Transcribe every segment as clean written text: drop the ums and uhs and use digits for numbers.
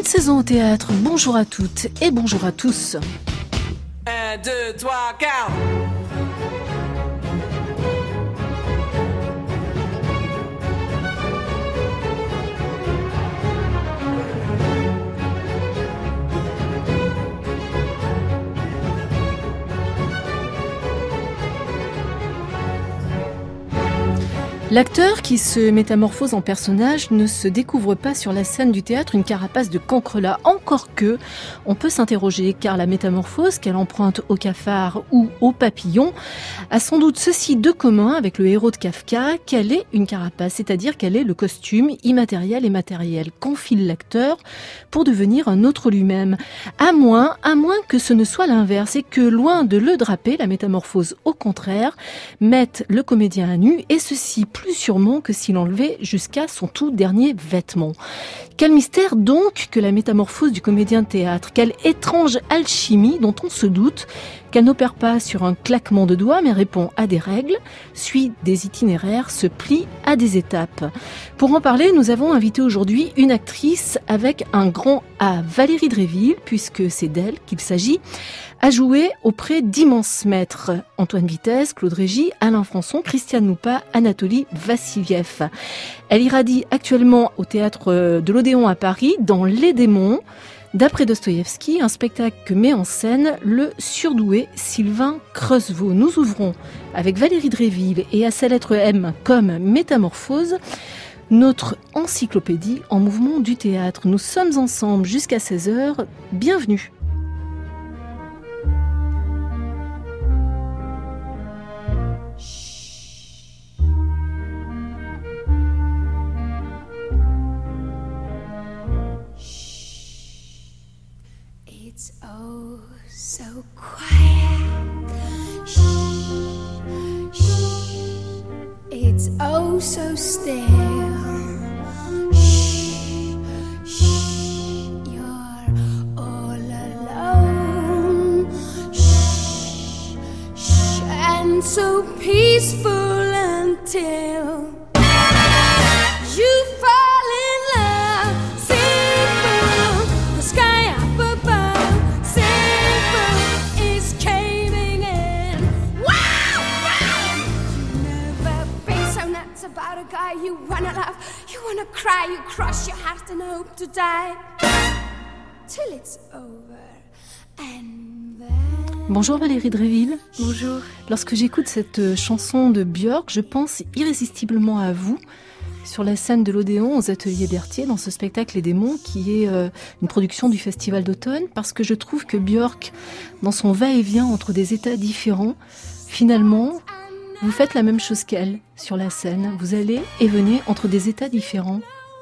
Une saison au théâtre, bonjour à toutes et bonjour à tous. 1, 2, 3, 4. L'acteur qui se métamorphose en personnage ne se découvre pas sur la scène du théâtre une carapace de cancrelat, encore que on peut s'interroger, car la métamorphose qu'elle emprunte au cafard ou au papillon a sans doute ceci de commun avec le héros de Kafka, qu'elle est une carapace, c'est-à-dire qu'elle est le costume immatériel et matériel qu'enfile l'acteur pour devenir un autre lui-même. À moins que ce ne soit l'inverse et que, loin de le draper, la métamorphose au contraire mette le comédien à nu, et ceci plus sûrement que s'il enlevait jusqu'à son tout dernier vêtement. Quel mystère donc que la métamorphose du comédien de théâtre, quelle étrange alchimie dont on se doute qu'elle n'opère pas sur un claquement de doigts mais répond à des règles, suit des itinéraires, se plie à des étapes. Pour en parler, nous avons invité aujourd'hui une actrice avec un grand A, Valérie Dréville, puisque c'est d'elle qu'il s'agit, a joué auprès d'immenses maîtres, Antoine Vitesse, Claude Régis, Alain Françon, Christiane Noupa, Anatoly Vassiliev. Elle irradie actuellement au théâtre de l'Odéon à Paris, dans Les Démons, d'après Dostoïevski, un spectacle que met en scène le surdoué Sylvain Creusevaux. Nous ouvrons avec Valérie Dréville et à sa lettre M comme métamorphose, notre encyclopédie en mouvement du théâtre. Nous sommes ensemble jusqu'à 16h. Bienvenue. It's oh so quiet. Shh, shh. It's oh so still. Shh, shh. You're all alone. Shh, shh. And so peaceful until you fall in love. Simple, the sky up above. Simple is caving in. Wow, wow. You never been so nuts about a guy you wanna love. You wanna cry, you cross your heart and hope to die till it's over. And then... Bonjour Valérie Dréville. Bonjour. Lorsque j'écoute cette chanson de Björk, je pense irrésistiblement à vous, sur la scène de l'Odéon aux Ateliers Berthier, dans ce spectacle Les Démons, qui est une production du Festival d'automne, parce que je trouve que Björk, dans son va-et-vient entre des états différents, finalement, vous faites la même chose qu'elle sur la scène. Vous allez et venez entre des états différents.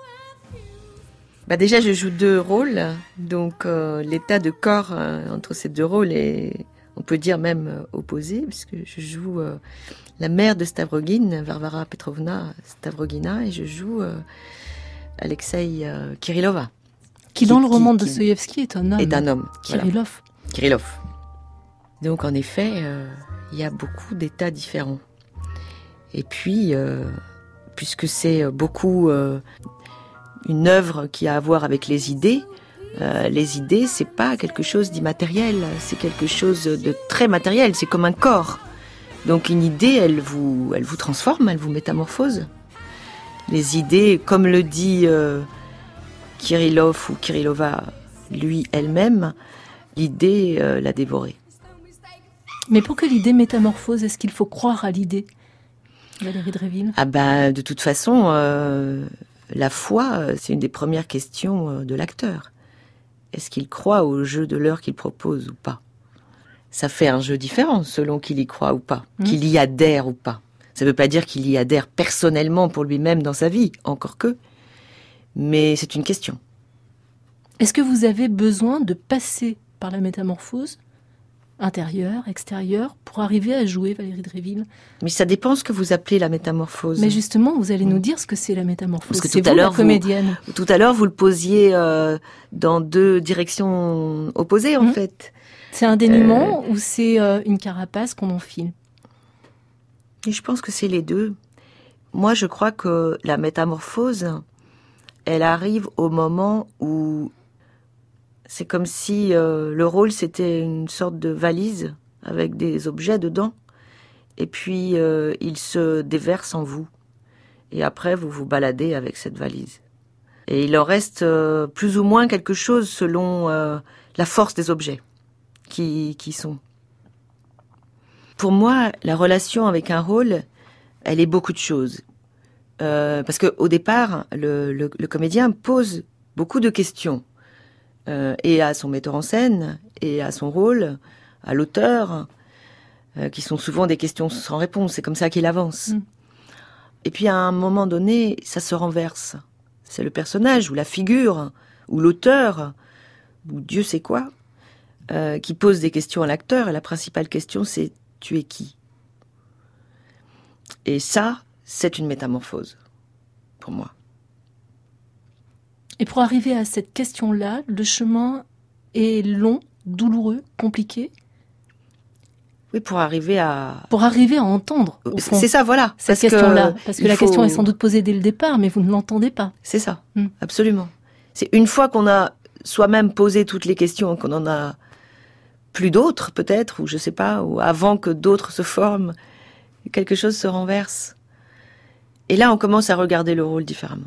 Déjà, je joue deux rôles, donc l'état de corps entre ces deux rôles est, on peut dire même opposé, puisque je joue la mère de Stavrogin, Varvara Petrovna Stavrogina, et je joue Alexei Kirillova. Qui dans le roman de Dostoïevski est un homme. Est un homme. Kirillov. Voilà. Kirillov. Donc en effet, il y a beaucoup d'états différents. Et puis, puisque c'est beaucoup une œuvre qui a à voir avec les idées, c'est pas quelque chose d'immatériel, c'est quelque chose de très matériel, c'est comme un corps. Donc une idée, elle vous transforme, elle vous métamorphose. Les idées, comme le dit Kirillov ou Kirillova, lui, elle-même, l'idée l'a dévorée. Mais pour que l'idée métamorphose, est-ce qu'il faut croire à l'idée, Valérie Dréville ? De toute façon, la foi, c'est une des premières questions de l'acteur. Est-ce qu'il croit au jeu de l'heure qu'il propose ou pas ? Ça fait un jeu différent selon qu'il y croit ou pas, qu'il y adhère ou pas. Ça ne veut pas dire qu'il y adhère personnellement pour lui-même dans sa vie, encore que. Mais c'est une question. Est-ce que vous avez besoin de passer par la métamorphose intérieure, extérieure, pour arriver à jouer Valérie Dréville ? Mais ça dépend ce que vous appelez la métamorphose. Mais justement, vous allez nous dire ce que c'est la métamorphose. Parce que c'est tout à l'heure, la comédienne. Tout à l'heure, vous le posiez dans deux directions opposées, en fait. C'est un dénuement ou c'est une carapace qu'on enfile ? Et je pense que c'est les deux. Moi, je crois que la métamorphose, elle arrive au moment où C'est comme si le rôle, c'était une sorte de valise avec des objets dedans. Et puis, il se déverse en vous. Et après, vous vous baladez avec cette valise. Et il en reste plus ou moins quelque chose selon la force des objets qui sont. Pour moi, la relation avec un rôle, elle est beaucoup de choses. Parce qu'au départ, le comédien pose beaucoup de questions. Et à son metteur en scène, et à son rôle, à l'auteur, qui sont souvent des questions sans réponse. C'est comme ça qu'il avance. Et puis à un moment donné, ça se renverse. C'est le personnage, ou la figure, ou l'auteur, ou Dieu sait quoi, qui pose des questions à l'acteur. Et la principale question, c'est « tu es qui ?» Et ça, c'est une métamorphose, pour moi. Et pour arriver à cette question-là, le chemin est long, douloureux, compliqué. Oui, pour arriver à entendre. C'est ça, voilà. Cette question-là. Parce que la question est sans doute posée dès le départ, mais vous ne l'entendez pas. C'est ça, absolument. C'est une fois qu'on a soi-même posé toutes les questions, qu'on en a plus d'autres, peut-être, ou je sais pas, ou avant que d'autres se forment, quelque chose se renverse. Et là, on commence à regarder le rôle différemment.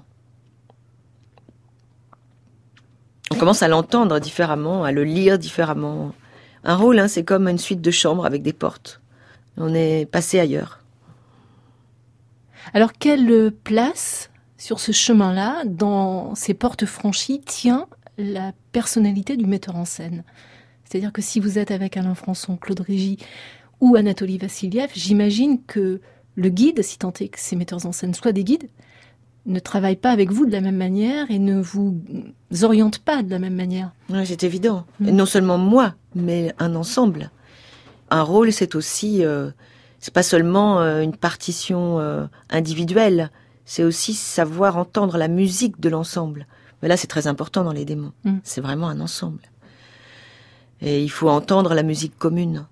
On commence à l'entendre différemment, à le lire différemment. Un rôle, c'est comme une suite de chambres avec des portes. On est passé ailleurs. Alors, quelle place, sur ce chemin-là, dans ces portes franchies, tient la personnalité du metteur en scène ? C'est-à-dire que si vous êtes avec Alain Françon, Claude Régis ou Anatoly Vassiliev, j'imagine que le guide, si tant est que ces metteurs en scène soient des guides, ne travaille pas avec vous de la même manière et ne vous oriente pas de la même manière. Oui, c'est évident. Et non seulement moi, mais un ensemble. Un rôle, c'est aussi, c'est pas seulement une partition individuelle, c'est aussi savoir entendre la musique de l'ensemble. Mais là, c'est très important dans Les Démons. C'est vraiment un ensemble. Et il faut entendre la musique commune.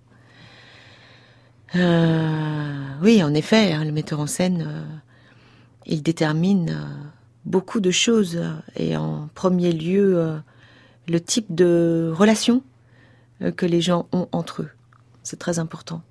Oui, en effet, le metteur en scène... il détermine beaucoup de choses et en premier lieu le type de relation que les gens ont entre eux. C'est très important.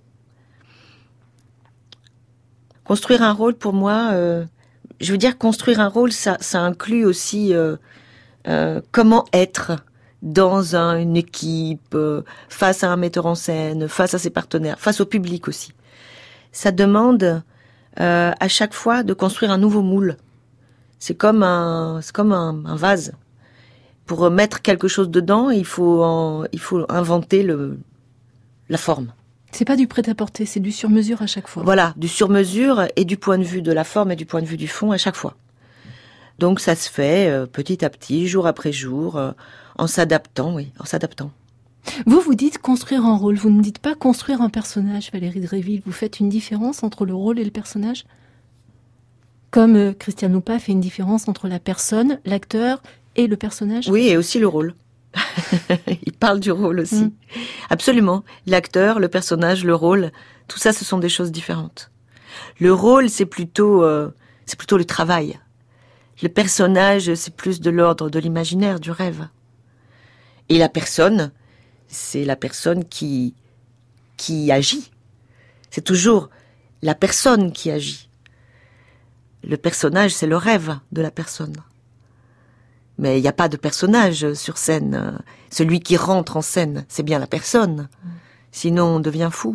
Construire un rôle, pour moi, je veux dire construire un rôle, ça inclut aussi comment être dans une équipe, face à un metteur en scène, face à ses partenaires, face au public aussi. Ça demande... à chaque fois de construire un nouveau moule. C'est comme un vase. Pour mettre quelque chose dedans, il faut inventer la forme. C'est pas du prêt-à-porter, c'est du sur-mesure à chaque fois. Voilà, du sur-mesure et du point de vue de la forme et du point de vue du fond à chaque fois. Donc ça se fait petit à petit, jour après jour, en s'adaptant, oui, en s'adaptant. Vous dites construire un rôle, vous ne dites pas construire un personnage, Valérie Dréville. Vous faites une différence entre le rôle et le personnage ? Comme Christian Lupa fait une différence entre la personne, l'acteur et le personnage ? Oui, et aussi le rôle. Il parle du rôle aussi. Absolument. L'acteur, le personnage, le rôle, tout ça, ce sont des choses différentes. Le rôle, c'est plutôt le travail. Le personnage, c'est plus de l'ordre de l'imaginaire, du rêve. Et la personne... c'est la personne qui agit. C'est toujours la personne qui agit. Le personnage, c'est le rêve de la personne. Mais il n'y a pas de personnage sur scène. Celui qui rentre en scène, c'est bien la personne. Sinon, on devient fou.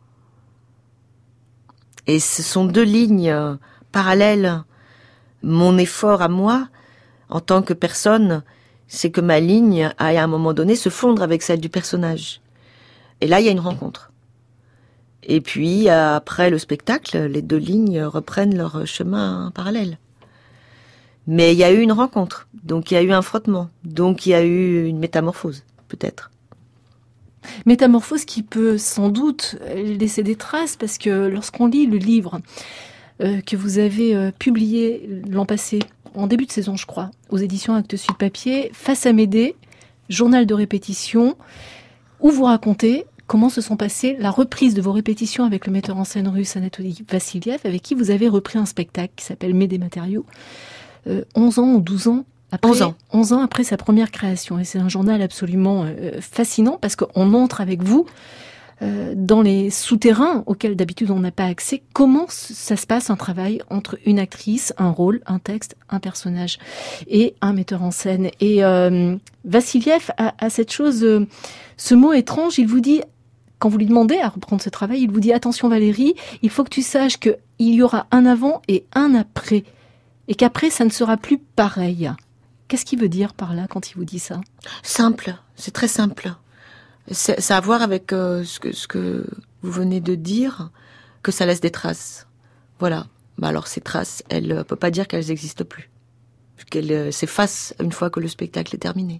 Et ce sont deux lignes parallèles. Mon effort à moi, en tant que personne... c'est que ma ligne a, à un moment donné, se fondre avec celle du personnage. Et là, il y a une rencontre. Et puis, après le spectacle, les deux lignes reprennent leur chemin parallèle. Mais il y a eu une rencontre, donc il y a eu un frottement, donc il y a eu une métamorphose, peut-être. Métamorphose qui peut sans doute laisser des traces, parce que lorsqu'on lit le livre que vous avez publié l'an passé, en début de saison, je crois, aux éditions Actes Sud Papier, Face à Médée, journal de répétition, où vous racontez comment se sont passées la reprise de vos répétitions avec le metteur en scène russe Anatoly Vassiliev, avec qui vous avez repris un spectacle qui s'appelle Médée Matériaux, 11 ans ou 12 ans Après, 11 ans. 11 ans après sa première création. Et c'est un journal absolument fascinant parce qu'on entre avec vous dans les souterrains auxquels d'habitude on n'a pas accès. Comment ça se passe un travail entre une actrice, un rôle, un texte, un personnage et un metteur en scène? Et Vassiliev a cette chose, ce mot étrange, il vous dit, quand vous lui demandez à reprendre ce travail, il vous dit « Attention Valérie, il faut que tu saches qu'il y aura un avant et un après, et qu'après ça ne sera plus pareil ». Qu'est-ce qu'il veut dire par là quand il vous dit ça? Simple, c'est très simple. Ça a à voir avec ce que vous venez de dire, que ça laisse des traces. Voilà. Bah alors ces traces, elle ne peut pas dire qu'elles n'existent plus. Qu'elles s'effacent une fois que le spectacle est terminé.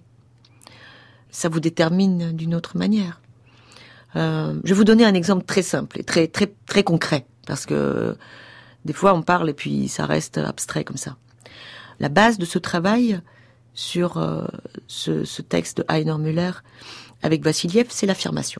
Ça vous détermine d'une autre manière. Je vais vous donner un exemple très simple et très, très, très concret. Parce que des fois on parle et puis ça reste abstrait comme ça. La base de ce travail sur ce texte de Heiner Müller avec Vassiliev, c'est l'affirmation.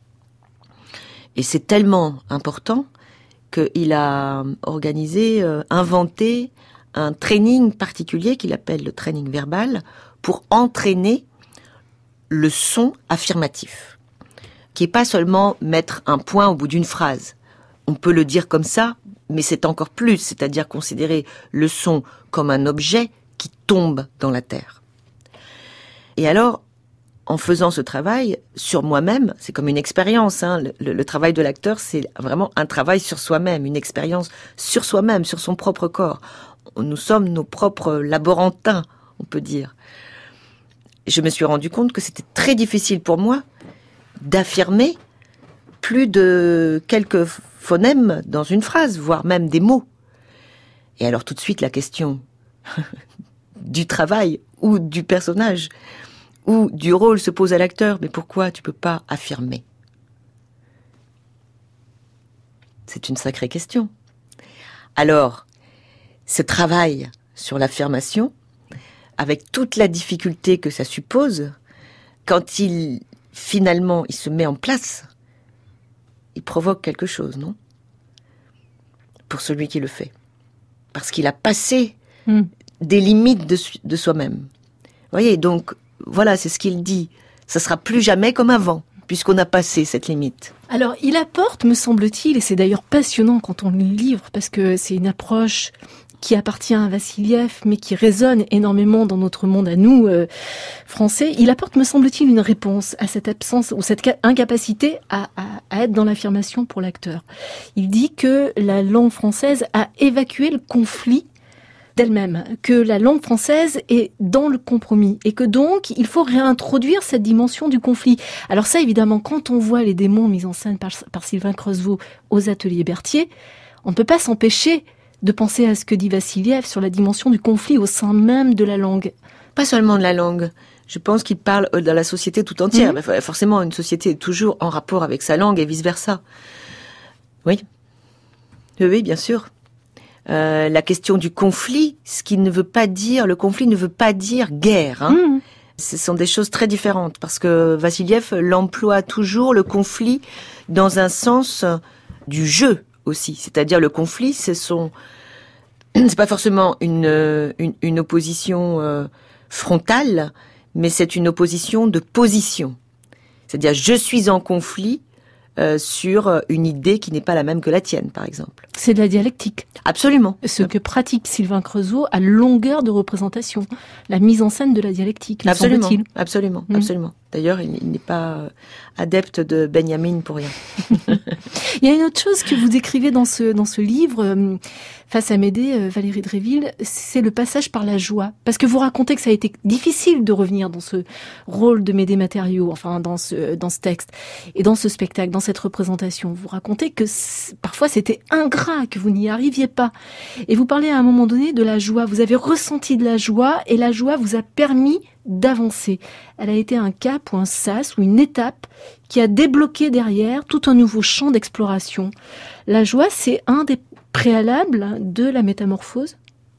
Et c'est tellement important qu'il a organisé, inventé un training particulier qu'il appelle le training verbal pour entraîner le son affirmatif, qui n'est pas seulement mettre un point au bout d'une phrase. On peut le dire comme ça, mais c'est encore plus, c'est-à-dire considérer le son comme un objet qui tombe dans la terre. Et alors, en faisant ce travail sur moi-même, c'est comme une expérience. Le travail de l'acteur, c'est vraiment un travail sur soi-même, une expérience sur soi-même, sur son propre corps. Nous sommes nos propres laborantins, on peut dire. Je me suis rendu compte que c'était très difficile pour moi d'affirmer plus de quelques phonèmes dans une phrase, voire même des mots. Et alors tout de suite la question du travail ou du personnage ou du rôle se pose à l'acteur. Mais pourquoi tu peux pas affirmer? C'est une sacrée question. Alors, ce travail sur l'affirmation, avec toute la difficulté que ça suppose, quand finalement il se met en place, il provoque quelque chose, non? Pour celui qui le fait. Parce qu'il a passé des limites de soi-même. Vous voyez, donc, voilà, c'est ce qu'il dit. Ça sera plus jamais comme avant, puisqu'on a passé cette limite. Alors, il apporte, me semble-t-il, et c'est d'ailleurs passionnant quand on lit le livre, parce que c'est une approche qui appartient à Vassiliev, mais qui résonne énormément dans notre monde à nous, français. Il apporte, me semble-t-il, une réponse à cette absence ou cette incapacité à être dans l'affirmation pour l'acteur. Il dit que la langue française a évacué le conflit d'elle-même, que la langue française est dans le compromis et que donc il faut réintroduire cette dimension du conflit. Alors ça, évidemment, quand on voit les démons mis en scène par Sylvain Creusevaux aux ateliers Berthier, on ne peut pas s'empêcher de penser à ce que dit Vassiliev sur la dimension du conflit au sein même de la langue. Pas seulement de la langue. Je pense qu'il parle de la société tout entière. Mais forcément, une société est toujours en rapport avec sa langue et vice-versa. Oui. Oui, bien sûr. La question du conflit, le conflit ne veut pas dire guerre. Ce sont des choses très différentes parce que Vassiliev l'emploie toujours le conflit dans un sens du jeu aussi. C'est-à-dire le conflit, c'est pas forcément une opposition frontale, mais c'est une opposition de position. C'est-à-dire je suis en conflit sur une idée qui n'est pas la même que la tienne, par exemple. C'est de la dialectique. Absolument. Ce que pratique Sylvain Creusevaux à longueur de représentation, la mise en scène de la dialectique, me semble-t-il. Absolument. D'ailleurs, il n'est pas adepte de Benjamin pour rien. Il y a une autre chose que vous écrivez dans ce livre, Face à Médée, Valérie Dréville, c'est le passage par la joie. Parce que vous racontez que ça a été difficile de revenir dans ce rôle de Médée Matériaux, enfin dans ce texte et dans ce spectacle, dans cette représentation. Vous racontez que parfois c'était ingrat, que vous n'y arriviez pas. Et vous parlez à un moment donné de la joie. Vous avez ressenti de la joie et la joie vous a permis d'avancer. Elle a été un cap ou un sas ou une étape qui a débloqué derrière tout un nouveau champ d'exploration. La joie, c'est un des préalables de la métamorphose.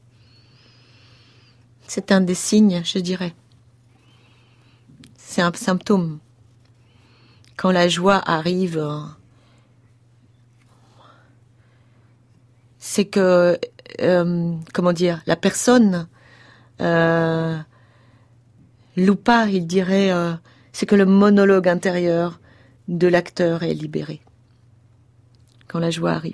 C'est un des signes, je dirais. C'est un symptôme. Quand la joie arrive, c'est que, la personne Lupa, il dirait, c'est que le monologue intérieur de l'acteur est libéré quand la joie arrive.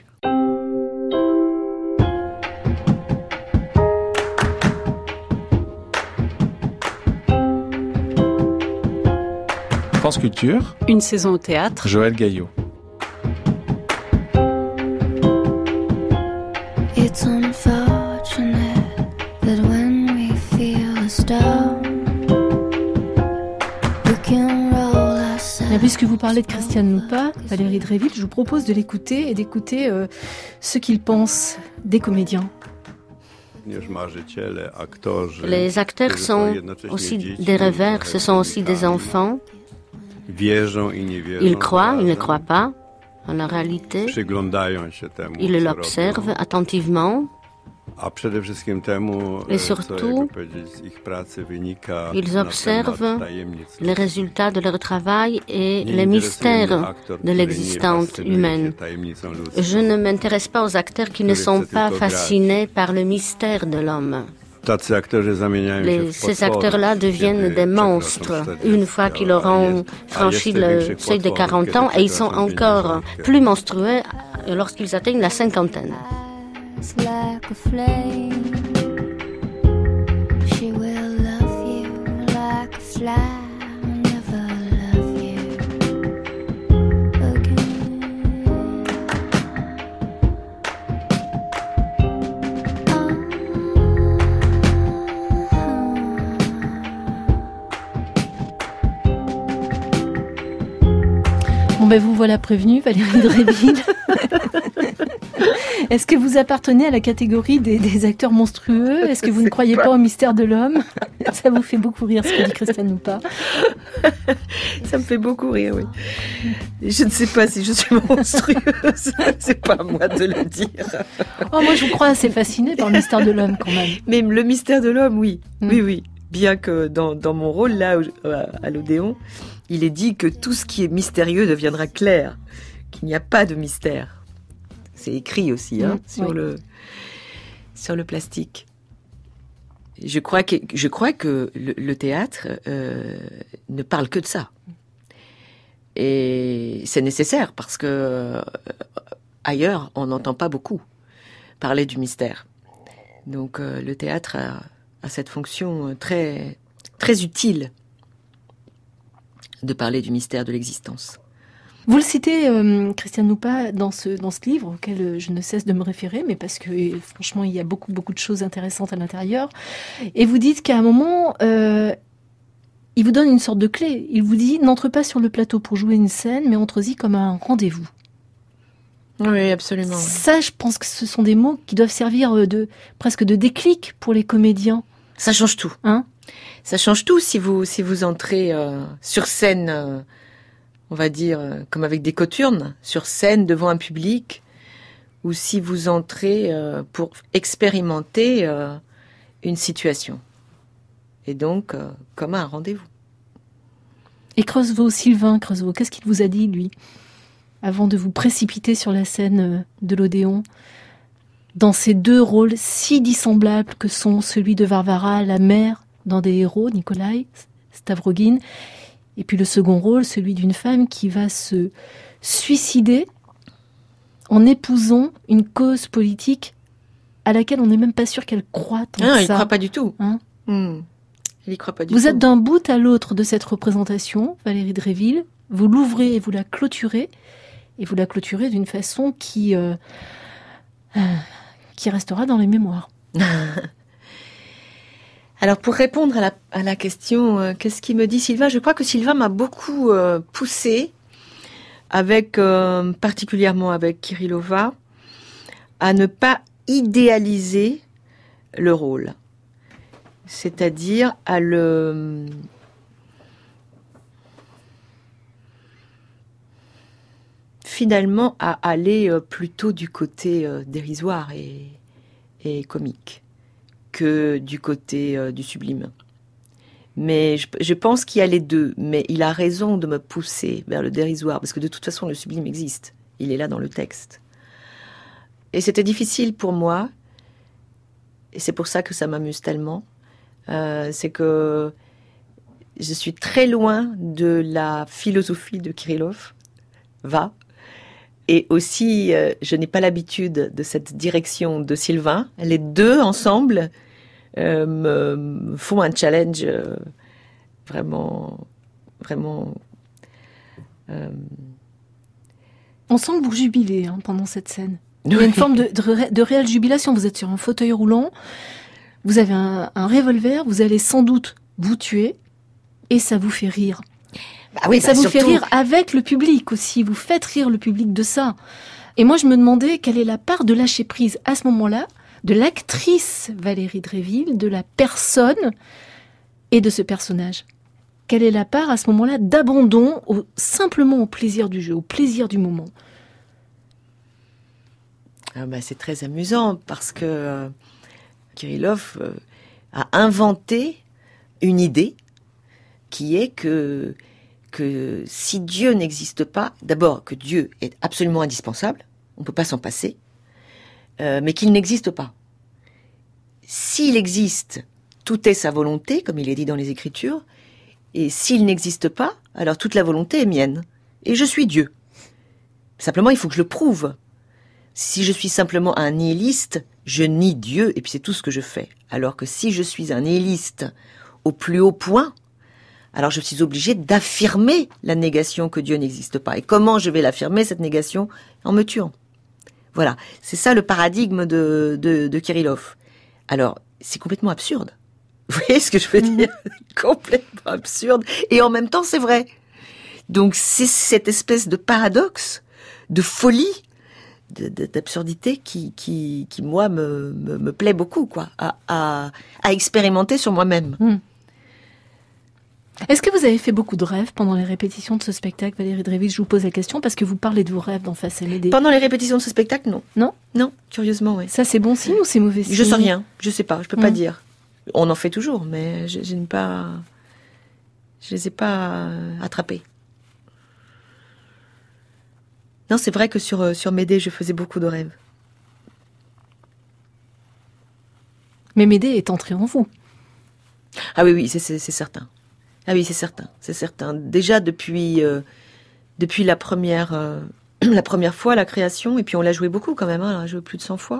France Culture, une saison au théâtre. Joël Gaillot. It's unfortunate that when we feel a storm, we can roll ourselves. Bien, puisque vous parlez de Christiane Lupa, Valérie Dréville, je vous propose de l'écouter et d'écouter ce qu'ils pensent des comédiens. Les acteurs sont aussi des rêveurs, ce sont aussi des enfants. Ils croient, ils ne croient pas en la réalité. Ils l'observent attentivement. Et surtout, ils observent les résultats de leur travail et les mystères de l'existence humaine. Je ne m'intéresse pas aux acteurs qui ne sont pas fascinés par le mystère de l'homme. Ces acteurs-là deviennent des monstres une fois qu'ils auront franchi le seuil de 40 ans et ils sont encore plus monstrueux lorsqu'ils atteignent la cinquantaine. Like a flame, she will love you like a fly, never love you again. Bon ben vous voilà prévenu, Valérie Dréville. Est-ce que vous appartenez à la catégorie des acteurs monstrueux ? Est-ce que vous ne croyez pas au mystère de l'homme ? Ça vous fait beaucoup rire ce que dit Christiane Lupa. Ça me fait beaucoup rire, oui. Je ne sais pas si je suis monstrueuse. C'est pas à moi de le dire. Oh, moi je vous crois assez fascinée par le mystère de l'homme quand même. Mais le mystère de l'homme, oui. Oui. Bien que dans mon rôle là, à l'Odéon, il est dit que tout ce qui est mystérieux deviendra clair. Qu'il n'y a pas de mystère. C'est écrit aussi sur le plastique. Je crois que le théâtre ne parle que de ça. Et c'est nécessaire parce que ailleurs, on n'entend pas beaucoup parler du mystère. Donc le théâtre a cette fonction très, très utile de parler du mystère de l'existence. Vous le citez, Christiane Lupa, dans ce livre auquel je ne cesse de me référer, mais parce que franchement, il y a beaucoup de choses intéressantes à l'intérieur. Et vous dites qu'à un moment, il vous donne une sorte de clé. Il vous dit, n'entre pas sur le plateau pour jouer une scène, mais entre-y comme un rendez-vous. Oui, absolument. Ça, je pense que ce sont des mots qui doivent servir presque de déclic pour les comédiens. Ça change tout. Ça change tout si vous entrez sur scène... on va dire, comme avec des coturnes, sur scène devant un public, ou si vous entrez pour expérimenter une situation. Et donc, comme un rendez-vous. Et Sylvain Creusevaux, qu'est-ce qu'il vous a dit, lui, avant de vous précipiter sur la scène de l'Odéon, dans ces deux rôles si dissemblables que sont celui de Varvara, la mère dans Des héros, Nikolai Stavrogin, et puis le second rôle, celui d'une femme qui va se suicider en épousant une cause politique à laquelle on n'est même pas sûr qu'elle croit tant que ça. Non, il ne croit pas du tout. Il n'y croit pas du tout. Vous êtes d'un bout à l'autre de cette représentation, Valérie Dréville. Vous l'ouvrez et vous la clôturez. Et vous la clôturez d'une façon qui restera dans les mémoires. Alors, pour répondre à la question, qu'est-ce qu'il me dit Sylvain ? Je crois que Sylvain m'a beaucoup poussé, particulièrement avec Kirillova, à ne pas idéaliser le rôle. C'est-à-dire finalement, à aller plutôt du côté dérisoire et comique que du côté du sublime. Mais je pense qu'il y a les deux. Mais il a raison de me pousser vers le dérisoire, parce que de toute façon, le sublime existe. Il est là dans le texte. Et c'était difficile pour moi, et c'est pour ça que ça m'amuse tellement, C'est que je suis très loin de la philosophie de Kirillov, et aussi je n'ai pas l'habitude de cette direction de Sylvain. Les deux ensemble me font un challenge vraiment. On sent que vous jubilez pendant cette scène. Il y a une forme de réelle jubilation. Vous êtes sur un fauteuil roulant, vous avez un revolver, vous allez sans doute vous tuer, et ça vous fait rire. Oui, ça vous fait rire avec le public aussi. Vous faites rire le public de ça. Et moi, je me demandais quelle est la part de lâcher prise à ce moment-là de l'actrice Valérie Dréville, de la personne et de ce personnage. Quelle est la part à ce moment-là d'abandon simplement au plaisir du jeu, au plaisir du moment? C'est très amusant parce que Kirillov a inventé une idée qui est que si Dieu n'existe pas, d'abord que Dieu est absolument indispensable, on ne peut pas s'en passer, mais qu'il n'existe pas. S'il existe, tout est sa volonté, comme il est dit dans les Écritures, et s'il n'existe pas, alors toute la volonté est mienne, et je suis Dieu. Simplement, il faut que je le prouve. Si je suis simplement un nihiliste, je nie Dieu, et puis c'est tout ce que je fais. Alors que si je suis un nihiliste au plus haut point, alors je suis obligée d'affirmer la négation que Dieu n'existe pas. Et comment je vais l'affirmer, cette négation? En me tuant. Voilà, c'est ça le paradigme de Kirillov. Alors, c'est complètement absurde. Vous voyez ce que je veux dire? Complètement absurde. Et en même temps, c'est vrai. Donc, c'est cette espèce de paradoxe, de folie, d'absurdité qui moi, me plaît beaucoup, quoi, à expérimenter sur moi-même. Est-ce que vous avez fait beaucoup de rêves pendant les répétitions de ce spectacle, Valérie Dréville? Je vous pose la question parce que vous parlez de vos rêves dans Face Amédée. Pendant les répétitions de ce spectacle, non. Non? Non, curieusement, oui. Ça, c'est bon signe ou c'est mauvais signe? Je sais rien, je sais pas, je peux pas dire. On en fait toujours, mais je les ai pas attrapés. Non, c'est vrai que sur Médée, je faisais beaucoup de rêves. Mais Médée est entré en vous. Ah oui, c'est certain. Ah oui, c'est certain. Déjà depuis la première fois, la création, et puis on l'a joué beaucoup quand même, on l'a joué plus de 100 fois.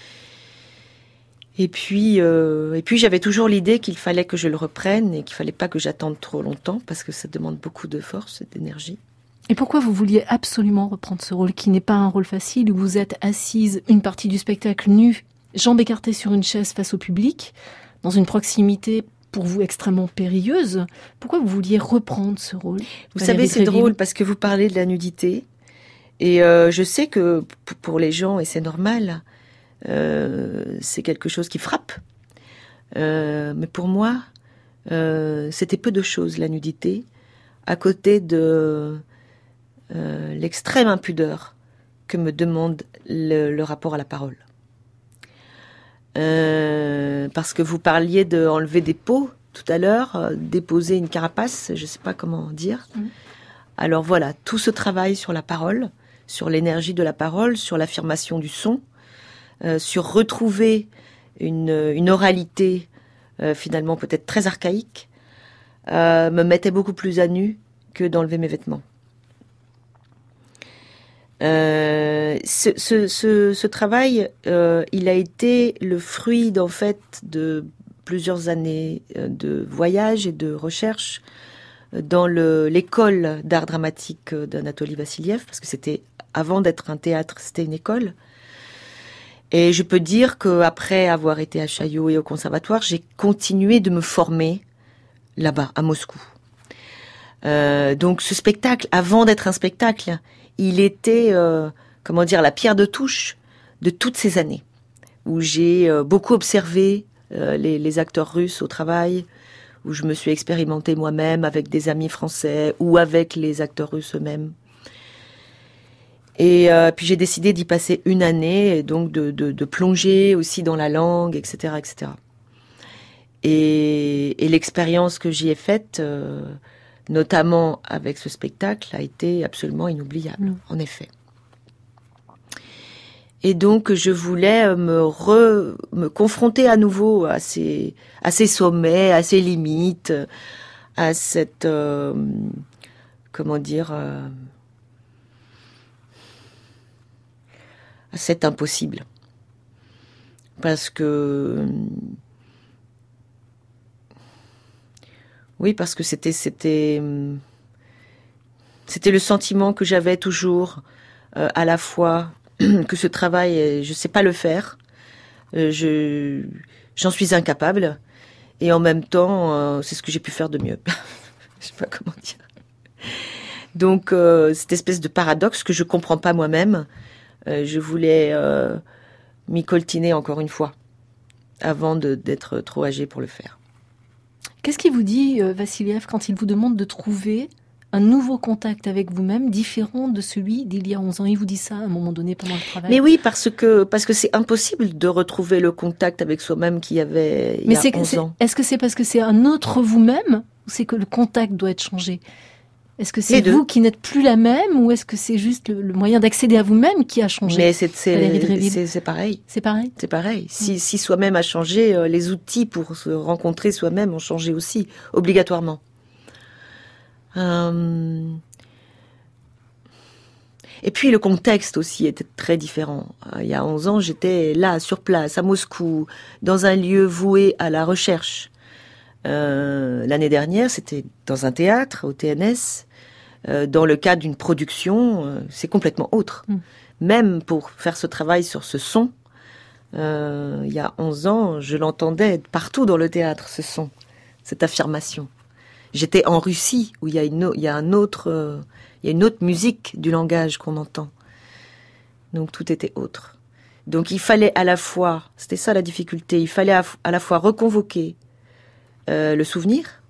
Et puis j'avais toujours l'idée qu'il fallait que je le reprenne et qu'il fallait pas que j'attende trop longtemps parce que ça demande beaucoup de force et d'énergie. Et pourquoi vous vouliez absolument reprendre ce rôle qui n'est pas un rôle facile où vous êtes assise une partie du spectacle nue, jambes écartées sur une chaise face au public, dans une proximité pour vous extrêmement périlleuse? Pourquoi vous vouliez reprendre ce rôle? Vous savez, c'est drôle parce que vous parlez de la nudité et je sais que pour les gens, et c'est normal, c'est quelque chose qui frappe. Mais pour moi, c'était peu de choses, la nudité, à côté de l'extrême impudeur que me demande le rapport à la parole. Parce que vous parliez d'enlever des peaux tout à l'heure, déposer une carapace, je ne sais pas comment dire. Alors voilà, tout ce travail sur la parole, sur l'énergie de la parole, sur l'affirmation du son, sur retrouver une oralité finalement peut-être très archaïque, me mettait beaucoup plus à nu que d'enlever mes vêtements. Ce travail, il a été le fruit d'en fait de plusieurs années de voyage et de recherche dans l'école d'art dramatique d'Anatoly Vassiliev, parce que c'était, avant d'être un théâtre, c'était une école. Et je peux dire qu'après avoir été à Chaillot et au conservatoire, j'ai continué de me former là-bas, à Moscou. Donc ce spectacle, avant d'être un spectacle, il était, la pierre de touche de toutes ces années, où j'ai beaucoup observé les acteurs russes au travail, où je me suis expérimentée moi-même avec des amis français ou avec les acteurs russes eux-mêmes. Et puis j'ai décidé d'y passer une année, et donc de plonger aussi dans la langue, etc., etc. Et l'expérience que j'y ai faite, notamment avec ce spectacle, a été absolument inoubliable, en effet. Et donc, je voulais me confronter à nouveau à ces sommets, à ces limites, à cette, à cet impossible. Parce que c'était le sentiment que j'avais toujours, à la fois que ce travail, je sais pas le faire, j'en suis incapable, et en même temps, c'est ce que j'ai pu faire de mieux. Je sais pas comment dire. Donc, cette espèce de paradoxe que je comprends pas moi-même, je voulais m'y coltiner encore une fois, avant d'être trop âgée pour le faire. Qu'est-ce qu'il vous dit, Vassiliev, quand il vous demande de trouver un nouveau contact avec vous-même, différent de celui d'il y a 11 ans? Il vous dit ça à un moment donné pendant le travail? Mais oui, parce que c'est impossible de retrouver le contact avec soi-même qu'il y avait il y a 11 ans. Est-ce que c'est parce que c'est un autre vous-même, ou c'est que le contact doit être changé? Est-ce que c'est vous qui n'êtes plus la même, ou est-ce que c'est juste le moyen d'accéder à vous-même qui a changé? Mais c'est pareil. C'est pareil? C'est pareil. Si soi-même a changé, les outils pour se rencontrer soi-même ont changé aussi, obligatoirement. Et puis le contexte aussi était très différent. Il y a 11 ans, j'étais là, sur place, à Moscou, dans un lieu voué à la recherche. L'année dernière, c'était dans un théâtre, au TNS, dans le cadre d'une production, c'est complètement autre. Même pour faire ce travail sur ce son, il y a 11 ans, je l'entendais partout dans le théâtre, ce son, cette affirmation. J'étais en Russie, où il y a une autre musique du langage qu'on entend. Donc tout était autre. Donc il fallait à la fois, c'était ça la difficulté, il fallait à la fois reconvoquer le souvenir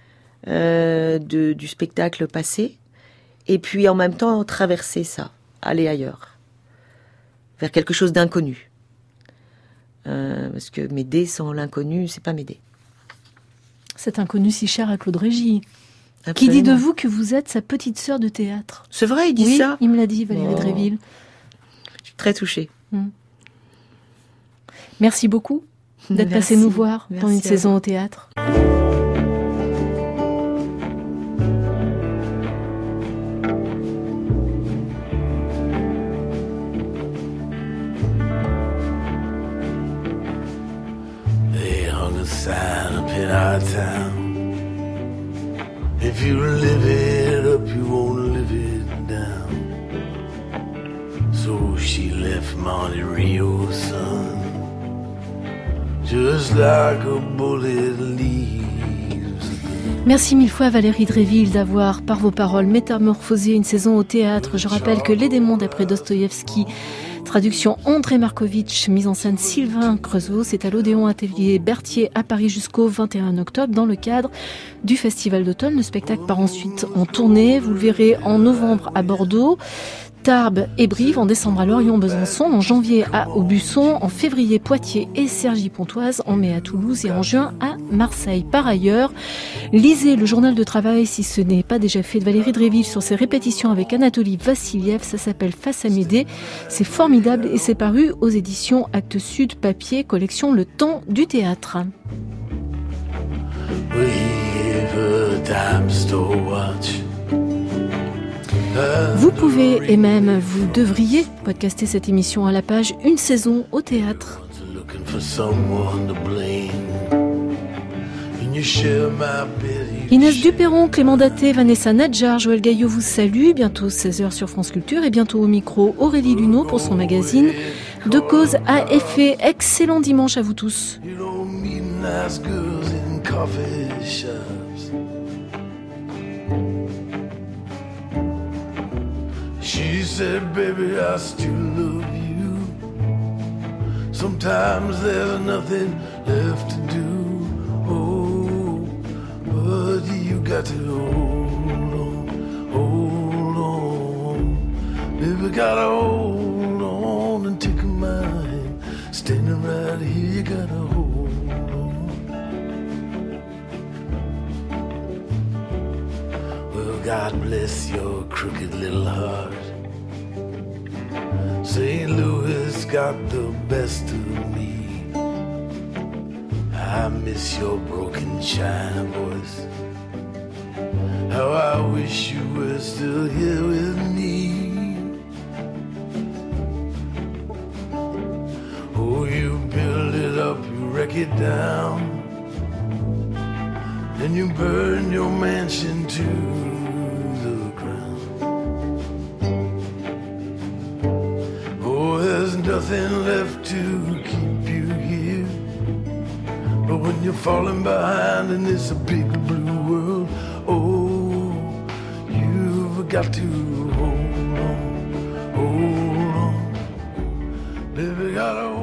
du spectacle passé, et puis en même temps traverser ça, aller ailleurs, vers quelque chose d'inconnu. Parce que m'aider sans l'inconnu, c'est pas m'aider. Cet inconnu si cher à Claude Régis, qui dit de vous que vous êtes sa petite sœur de théâtre. C'est vrai, il dit ça? Oui, il me l'a dit, Valérie Dréville. Je suis très touchée. Merci beaucoup d'être passé nous voir dans une saison au théâtre. They hung a sign up in our town. If you live it up, you won't live it down. So she left Monte Rio, son, just like a bullet leaves. Merci mille fois Valérie Dréville d'avoir, par vos paroles, métamorphosé une saison au théâtre. Je rappelle que Les démons d'après Dostoïevski, traduction André Markovitch, mise en scène Sylvain Creusot, c'est à l'Odéon Atelier Berthier à Paris jusqu'au 21 octobre dans le cadre du Festival d'automne. Le spectacle part ensuite en tournée. Vous le verrez en novembre à Bordeaux, Tarbes et Brive, en décembre à Lorient-Besançon, en janvier à Aubusson, en février Poitiers et Cergy-Pontoise, en mai à Toulouse et en juin à Marseille. Par ailleurs, lisez le journal de travail, si ce n'est pas déjà fait, de Valérie Dréville sur ses répétitions avec Anatoly Vassiliev. Ça s'appelle Face à m'aider. C'est formidable et c'est paru aux éditions Actes Sud Papier, collection Le Temps du Théâtre. Vous pouvez et même vous devriez podcaster cette émission à la page Une saison au théâtre. Inès Duperron, Clément Daté, Vanessa Nadjar, Joël Gaillot vous salue. Bientôt 16h sur France Culture et bientôt au micro Aurélie Luneau pour son magazine De cause à effet. Excellent dimanche à vous tous. She said, baby, I still love you. Sometimes there's nothing left to do. Oh, but you got to hold on. Baby, gotta hold on and take my hand. Standing right here, you gotta hold on. Well, God bless your crooked little heart. St. Louis got the best of me. I miss your broken china voice. How I wish you were still here with me. Oh, you build it up, you wreck it down, then you burn your mansion to the ground. Oh, there's nothing left to keep you here. But when you're falling behind in this big blue world, oh, you've got to hold on, baby, gotta hold on.